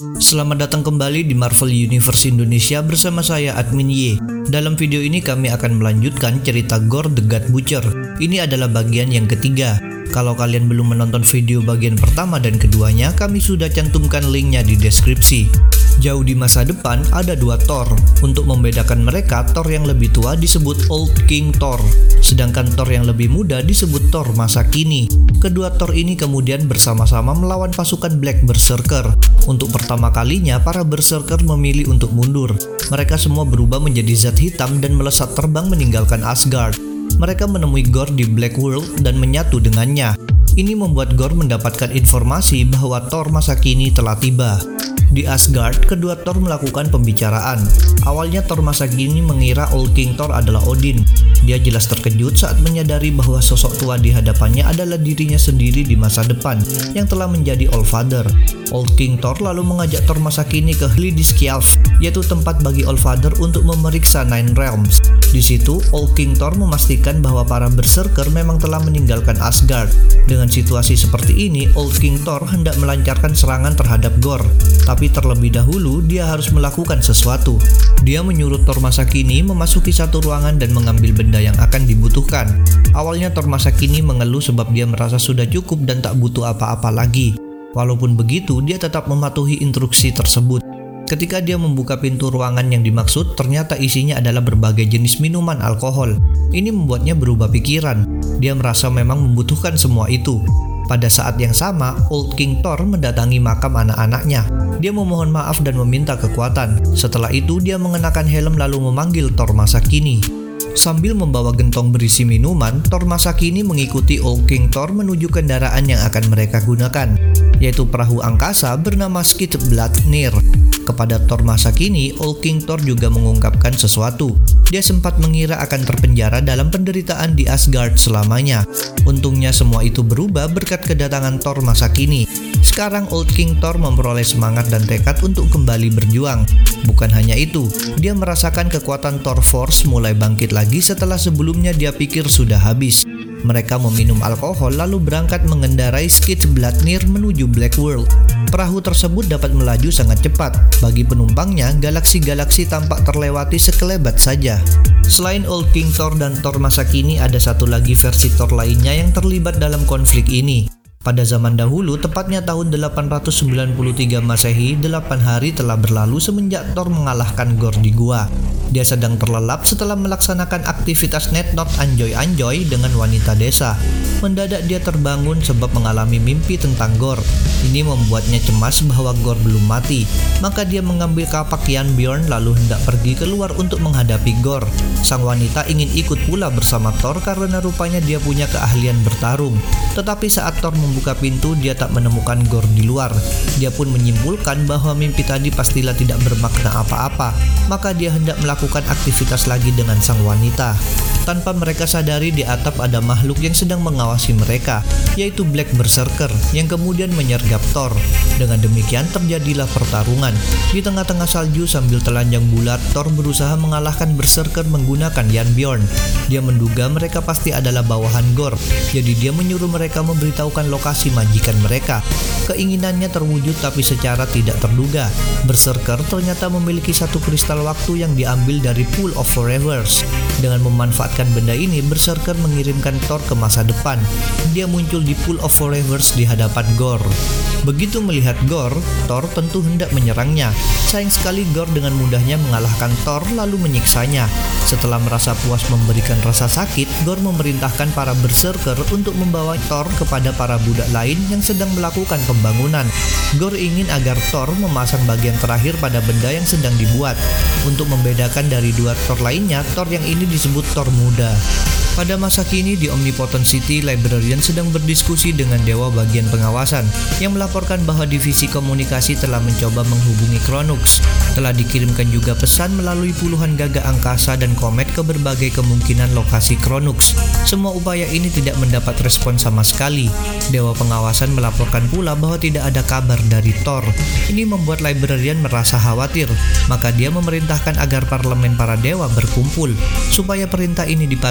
Selamat datang kembali di Marvel Universe Indonesia bersama saya Admin Y. Dalam video ini kami akan melanjutkan cerita Gorr the God Butcher. Ini adalah bagian yang ketiga. Kalau kalian belum menonton video bagian pertama dan keduanya, kami sudah cantumkan linknya di deskripsi. Jauh di masa depan ada dua Thor. Untuk membedakan mereka, Thor yang lebih tua disebut Old King Thor, sedangkan Thor yang lebih muda disebut Thor masa kini. Kedua Thor ini kemudian bersama-sama melawan pasukan Black Berserker. Untuk pertama kalinya, para Berserker memilih untuk mundur. Mereka semua berubah menjadi zat hitam dan melesat terbang meninggalkan Asgard. Mereka menemui Gorr di Black World dan menyatu dengannya. Ini membuat Gorr mendapatkan informasi bahwa Thor masa kini telah tiba. Di Asgard, kedua Thor melakukan pembicaraan. Awalnya Thor masa kini mengira Old King Thor adalah Odin. Dia jelas terkejut saat menyadari bahwa sosok tua di hadapannya adalah dirinya sendiri di masa depan yang telah menjadi Allfather. Old King Thor lalu mengajak Thor masa kini ke Hlidskjalf, yaitu tempat bagi Allfather untuk memeriksa Nine Realms. Di situ, Old King Thor memastikan bahwa para Berserker memang telah meninggalkan Asgard. Dengan situasi seperti ini, Old King Thor hendak melancarkan serangan terhadap Gorr. Tapi terlebih dahulu, dia harus melakukan sesuatu. Dia menyuruh Thor masa kini memasuki satu ruangan dan mengambil benda yang akan dibutuhkan. Awalnya Thor masa kini mengeluh sebab dia merasa sudah cukup dan tak butuh apa-apa lagi. Walaupun begitu, dia tetap mematuhi instruksi tersebut. Ketika dia membuka pintu ruangan yang dimaksud, ternyata isinya adalah berbagai jenis minuman alkohol. Ini membuatnya berubah pikiran. Dia merasa memang membutuhkan semua itu. Pada saat yang sama, Old King Thor mendatangi makam anak-anaknya. Dia memohon maaf dan meminta kekuatan. Setelah itu, dia mengenakan helm lalu memanggil Thor masa kini. Sambil membawa gentong berisi minuman, Thor masa kini mengikuti Old King Thor menuju kendaraan yang akan mereka gunakan, yaitu perahu angkasa bernama Skidbladnir. Kepada Thor masa kini, Old King Thor juga mengungkapkan sesuatu. Dia sempat mengira akan terpenjara dalam penderitaan di Asgard selamanya. Untungnya semua itu berubah berkat kedatangan Thor masa kini. Sekarang Old King Thor memperoleh semangat dan tekad untuk kembali berjuang. Bukan hanya itu, dia merasakan kekuatan Thor Force mulai bangkit lagi setelah sebelumnya dia pikir sudah habis. Mereka meminum alkohol lalu berangkat mengendarai Skidbladnir menuju Black World. Perahu tersebut dapat melaju sangat cepat. Bagi penumpangnya, galaksi-galaksi tampak terlewati sekelebat saja. Selain Old King Thor dan Thor masa kini, ada satu lagi versi Thor lainnya yang terlibat dalam konflik ini. Pada zaman dahulu, tepatnya tahun 893 Masehi, 8 hari telah berlalu semenjak Thor mengalahkan Gorr di gua. Dia sedang terlelap setelah melaksanakan aktivitas Net Not Anjoy-Anjoy dengan wanita desa. Mendadak dia terbangun sebab mengalami mimpi tentang Gorr. Ini membuatnya cemas bahwa Gorr belum mati. Maka dia mengambil kapak Jarnbjorn lalu hendak pergi keluar untuk menghadapi Gorr. Sang wanita ingin ikut pula bersama Thor karena rupanya dia punya keahlian bertarung. Tetapi saat Thor membuka pintu, dia tak menemukan Gorr di luar. Dia pun menyimpulkan bahwa mimpi tadi pastilah tidak bermakna apa-apa. Maka dia hendak melakukan aktivitas lagi dengan sang wanita. Tanpa mereka sadari, di atap ada makhluk yang sedang mengawasi mereka, yaitu Black Berserker yang kemudian menyergap Thor. Dengan demikian terjadilah pertarungan. Di tengah-tengah salju sambil telanjang bulat, Thor berusaha mengalahkan Berserker menggunakan Jarnbjorn. Dia menduga mereka pasti adalah bawahan Gorr, jadi dia menyuruh mereka memberitahukan lokasi majikan mereka. Keinginannya terwujud tapi secara tidak terduga. Berserker ternyata memiliki satu kristal waktu yang diambil dari Pool of Forevers. Dengan memanfaatkan benda ini, Berserker mengirimkan Thor ke masa depan. Dia muncul di Pool of Forevers di hadapan Gorr. Begitu melihat Gorr, Thor tentu hendak menyerangnya. Sayang sekali Gorr dengan mudahnya mengalahkan Thor lalu menyiksanya. Setelah merasa puas memberikan rasa sakit, Gorr memerintahkan para Berserker untuk membawa Thor kepada para budak lain yang sedang melakukan pembangunan. Gorr ingin agar Thor memasang bagian terakhir pada benda yang sedang dibuat. Untuk membedakan dari dua Thor lainnya, Thor yang ini disebut Thor muda. Pada masa kini di Omnipotent City, Librarian sedang berdiskusi dengan Dewa Bagian Pengawasan yang melaporkan bahwa divisi komunikasi telah mencoba menghubungi Chronux. Telah dikirimkan juga pesan melalui puluhan gagak angkasa dan komet ke berbagai kemungkinan lokasi Chronux. Semua upaya ini tidak mendapat respon sama sekali. Dewa Pengawasan melaporkan pula bahwa tidak ada kabar dari Thor. Ini membuat Librarian merasa khawatir. Maka dia memerintahkan agar parlemen para dewa berkumpul. Supaya perintah ini dipatuhi, dia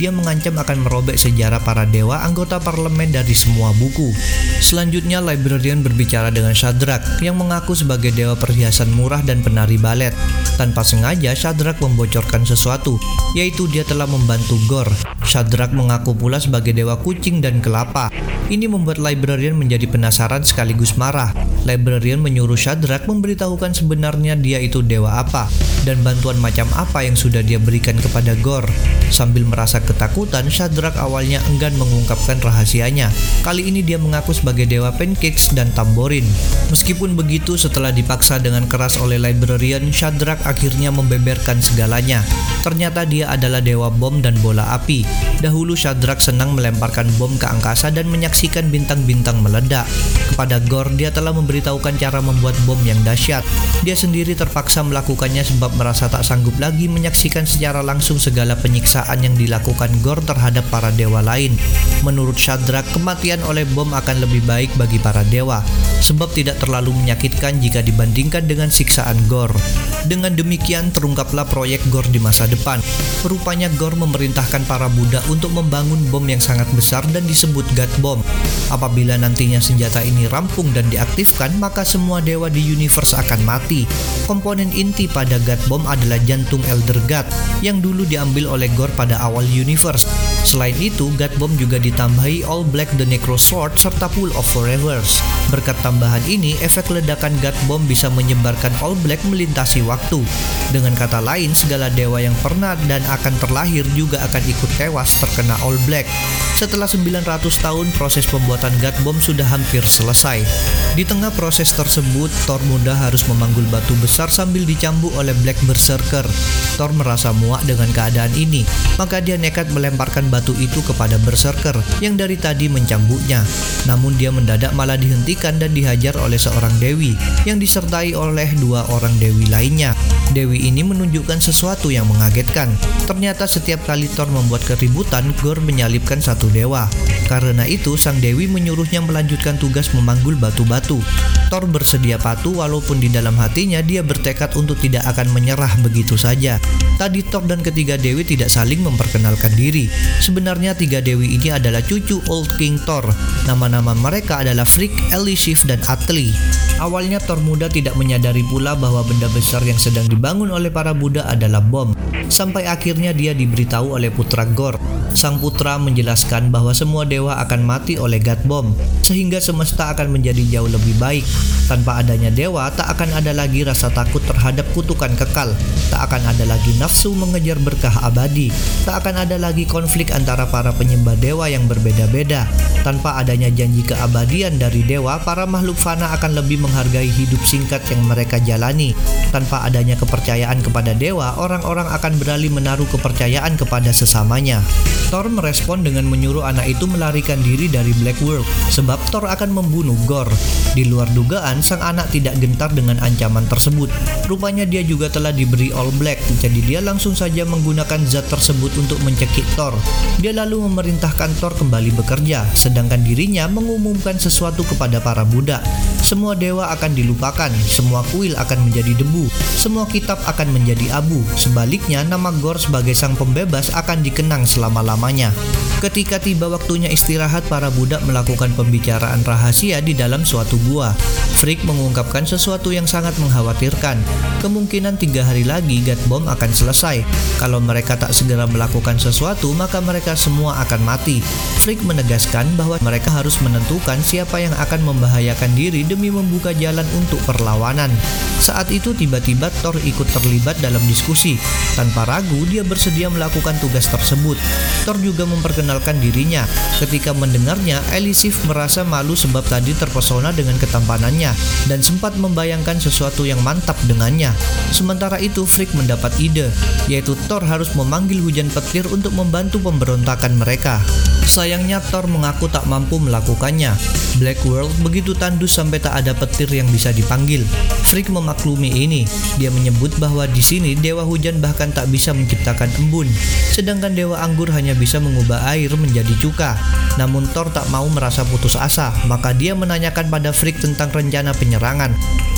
dia mengancam akan merobek sejarah para dewa anggota parlemen dari semua buku. Selanjutnya, Librarian berbicara dengan Shadrach yang mengaku sebagai dewa perhiasan murah dan penari balet. Tanpa sengaja, Shadrach membocorkan sesuatu, yaitu dia telah membantu Gore. Shadrach mengaku pula sebagai dewa kucing dan kelapa. Ini membuat Librarian menjadi penasaran sekaligus marah. Librarian menyuruh Shadrach memberitahukan sebenarnya dia itu dewa apa dan bantuan macam apa yang sudah dia berikan kepada Gore. Sambil merasa ketakutan, Shadrach awalnya enggan mengungkapkan rahasianya. Kali ini dia mengaku sebagai dewa pancakes dan tamborin. Meskipun begitu, setelah dipaksa dengan keras oleh Librarian, Shadrach akhirnya membeberkan segalanya. Ternyata dia adalah dewa bom dan bola api. Dahulu Shadrach senang melemparkan bom ke angkasa dan menyaksikan bintang-bintang meledak. Kepada Gore, dia telah memberitahukan cara membuat bom yang dahsyat. Dia sendiri terpaksa melakukannya sebab merasa tak sanggup lagi menyaksikan secara langsung segala penyiksaan yang dilakukan Gore terhadap para dewa lain. Menurut Shadrach, kematian oleh bom akan lebih baik bagi para dewa, sebab tidak terlalu menyakitkan jika dibandingkan dengan siksaan Gore. Dengan demikian, terungkaplah proyek Gore di masa depan. Rupanya Gore memerintahkan para budak untuk membangun bom yang sangat besar dan disebut God Bomb. Apabila nantinya senjata ini rampung dan diaktifkan, maka semua dewa di universe akan mati. Komponen inti pada God Bomb adalah jantung Elder God yang dulu diambil oleh Gore pada awal universe. Selain itu, God Bomb juga ditambahi All Black the Necro Sword serta Pool of Forevers. Berkat tambahan ini, efek ledakan God Bomb bisa menyebarkan All Black melintasi waktu. Dengan kata lain, segala dewa yang pernah dan akan terlahir juga akan ikut tewas terkena All Black. Setelah 900 tahun, proses pembuatan God Bomb sudah hampir selesai. Di tengah proses tersebut, Thor muda harus memanggul batu besar sambil dicambuk oleh Black Berserker. Thor merasa muak dengan keadaan ini, maka dia nekat melemparkan batu itu kepada Berserker yang dari tadi mencambuknya. Namun dia mendadak malah dihentikan dan dihajar oleh seorang dewi yang disertai oleh dua orang dewi lainnya. Dewi ini menunjukkan sesuatu yang mengagetkan. Ternyata setiap kali Thor membuat keributan, Gore menyalibkan satu dewa. Karena itu, sang dewi menyuruhnya melanjutkan tugas memanggul batu-batu. Thor bersedia patuh walaupun di dalam hatinya dia bertekad untuk tidak akan menyerah begitu saja. Tadi Thor dan ketiga dewi tidak saling memperkenalkan diri. Sebenarnya tiga dewi ini adalah cucu Old King Thor. Nama-nama mereka adalah Frigg, Elisif, dan Atli. Awalnya Thor muda tidak menyadari pula bahwa benda besar yang sedang dibangun oleh para budak adalah bom. Sampai akhirnya dia diberitahu oleh putra Gore. Sang putra menjelaskan bahwa semua dewa akan mati oleh God Bomb, sehingga semesta akan menjadi jauh lebih baik. Tanpa adanya dewa, tak akan ada lagi rasa takut terhadap kutukan kekal. Tak akan ada lagi nafsu mengejar berkah abadi. Tak akan ada lagi konflik antara para penyembah dewa yang berbeda-beda. Tanpa adanya janji keabadian dari dewa, para makhluk fana akan lebih menghargai hidup singkat yang mereka jalani. Tanpa adanya kepercayaan kepada dewa, orang-orang akan beralih menaruh kepercayaan kepada sesamanya. Thor merespon dengan menyuruh anak itu melarikan diri dari Black World, sebab Thor akan membunuh Gore. Di luar dugaan, sang anak tidak gentar dengan ancaman tersebut. Rupanya dia juga telah diberi All Black, jadi dia langsung saja menggunakan zat tersebut untuk mencekik Thor. Dia lalu memerintahkan Thor kembali bekerja, sedangkan dirinya mengumumkan sesuatu kepada para budak. Semua dewa akan dilupakan, semua kuil akan menjadi debu, semua kitab akan menjadi abu. Sebaliknya, nama Gore sebagai sang pembebas akan dikenang selama-lamanya. Ketika tiba waktunya istirahat, para budak melakukan pembicaraan rahasia di dalam suatu gua. Frigg mengungkapkan sesuatu yang sangat mengkhawatirkan. Kemungkinan 3 hari lagi God Bomb akan selesai. Kalau mereka tak segera melakukan sesuatu, maka mereka semua akan mati. Frigg menegaskan bahwa mereka harus menentukan siapa yang akan membahayakan diri demi membuka jalan untuk perlawanan. Saat itu tiba-tiba Thor ikut terlibat dalam diskusi. Tanpa ragu, dia bersedia melakukan tugas tersebut. Thor juga memperkenalkan dirinya. Ketika mendengarnya, Elisif merasa malu sebab tadi terpesona dengan ketampanannya dan sempat membayangkan sesuatu yang mantap dengannya. Sementara itu, Frigg mendapat ide, yaitu Thor harus memanggil hujan petir untuk membantu pemberontakan mereka. Sayangnya Thor mengaku tak mampu melakukannya. Black World begitu tandus sampai tak ada petir yang bisa dipanggil. Frigg memaklumi ini. Dia menyebut bahwa di sini dewa hujan bahkan tak bisa menciptakan embun, sedangkan dewa anggur hanya bisa mengubah air menjadi cuka. Namun Thor tak mau merasa putus asa, maka dia menanyakan pada Frigg tentang rencana penyerangan.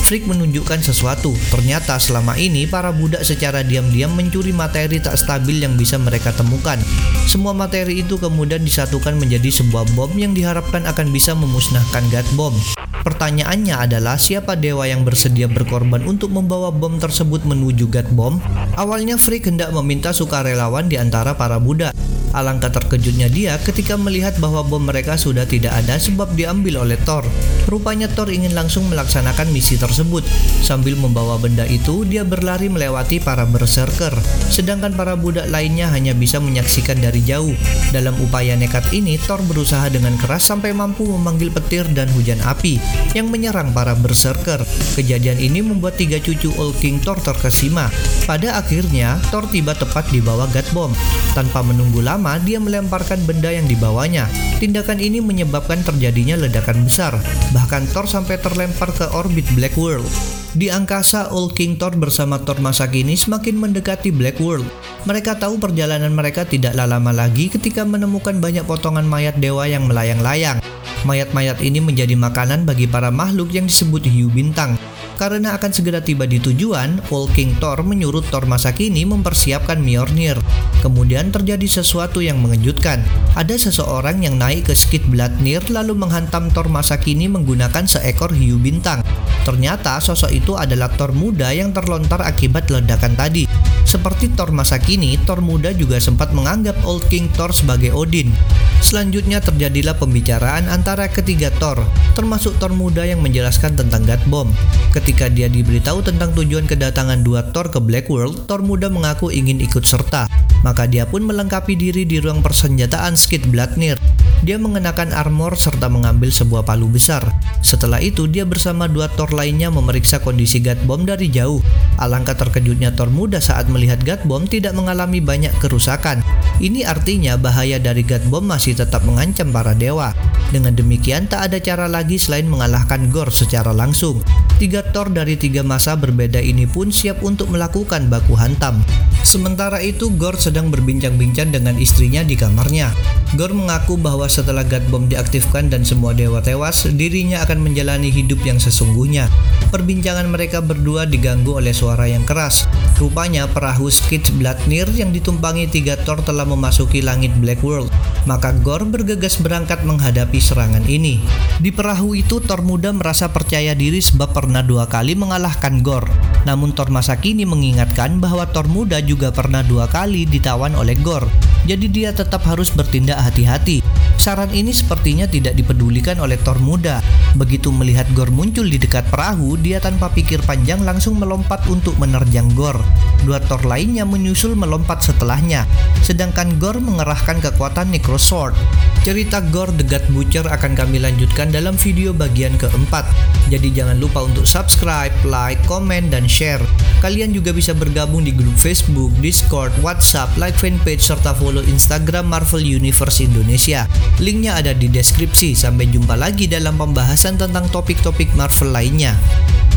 Frick menunjukkan sesuatu. Ternyata selama ini para budak secara diam-diam mencuri materi tak stabil yang bisa mereka temukan. Semua materi itu kemudian disatukan menjadi sebuah bom yang diharapkan akan bisa memusnahkan God Bomb. Pertanyaannya adalah siapa dewa yang bersedia berkorban untuk membawa bom tersebut menuju God Bomb? Awalnya Frick hendak meminta sukarelawan di antara para budak. Alangkah terkejutnya dia ketika melihat bahwa bom mereka sudah tidak ada sebab diambil oleh Thor. Rupanya Thor ingin langsung melaksanakan misi tersebut. Sambil membawa benda itu, dia berlari melewati para berserker. Sedangkan para budak lainnya hanya bisa menyaksikan dari jauh. Dalam upaya nekat ini, Thor berusaha dengan keras sampai mampu memanggil petir dan hujan api yang menyerang para berserker. Kejadian ini membuat 3 cucu Old King Thor terkesima. Pada akhirnya, Thor tiba tepat di bawah God Bomb. Tanpa menunggu lama, dia melemparkan benda yang dibawanya. Tindakan ini menyebabkan terjadinya ledakan besar. Bahkan Thor sampai terlempar ke orbit Black World. Di angkasa, Old King Thor bersama Thor masa kini semakin mendekati Black World. Mereka tahu perjalanan mereka tidaklah lama lagi ketika menemukan banyak potongan mayat dewa yang melayang-layang. Mayat-mayat ini menjadi makanan bagi para makhluk yang disebut hiu bintang. Karena akan segera tiba di tujuan, Old King Thor menyuruh Thor masa kini mempersiapkan Mjolnir. Kemudian terjadi sesuatu yang mengejutkan. Ada seseorang yang naik ke Skidbladnir lalu menghantam Thor masa kini menggunakan seekor hiu bintang. Ternyata sosok itu adalah Thor muda yang terlontar akibat ledakan tadi. Seperti Thor masa kini, Thor muda juga sempat menganggap Old King Thor sebagai Odin. Selanjutnya terjadilah pembicaraan antara ketiga Thor, termasuk Thor muda yang menjelaskan tentang God Bomb. Ketika dia diberitahu tentang tujuan kedatangan dua Thor ke Black World, Thor muda mengaku ingin ikut serta. Maka dia pun melengkapi diri di ruang persenjataan Skidbladnir. Dia mengenakan armor serta mengambil sebuah palu besar. Setelah itu, dia bersama dua Thor lainnya memeriksa kondisi God Bomb dari jauh. Alangkah terkejutnya Thor muda saat melihat God Bomb tidak mengalami banyak kerusakan. Ini artinya bahaya dari God Bomb masih tetap mengancam para dewa. Dengan demikian, tak ada cara lagi selain mengalahkan Gorr secara langsung. 3 Thor dari 3 masa berbeda ini pun siap untuk melakukan baku hantam. Sementara itu, Gorr sedang berbincang-bincang dengan istrinya di kamarnya. Gorr mengaku bahwa setelah God Bomb diaktifkan dan semua dewa tewas, dirinya akan menjalani hidup yang sesungguhnya. Perbincangan mereka berdua diganggu oleh suara yang keras. Rupanya perahu Skidbladnir yang ditumpangi 3 Thor telah memasuki langit Black World. Maka Gorr bergegas berangkat menghadapi serangan ini. Di perahu itu, Thor muda merasa percaya diri sebab pernah 2 kali mengalahkan Gorr. Namun Thor masa kini mengingatkan bahwa Thor muda juga pernah 2 kali ditawan oleh Gorr. Jadi dia tetap harus bertindak hati-hati. Saran ini sepertinya tidak dipedulikan oleh Thor muda. Begitu melihat Gorr muncul di dekat perahu, dia tanpa pikir panjang langsung melompat untuk menerjang Gorr. 2 Thor lainnya menyusul melompat setelahnya. Sedangkan Gorr mengerahkan kekuatan Necrosword. Cerita Gorr the God Butcher akan kami lanjutkan dalam video bagian keempat. Jadi jangan lupa untuk subscribe, like, komen, dan share. Kalian juga bisa bergabung di grup Facebook, Discord, WhatsApp, like fanpage, serta follow Instagram Marvel Universe Indonesia. Linknya ada di deskripsi. Sampai jumpa lagi dalam pembahasan tentang topik-topik Marvel lainnya.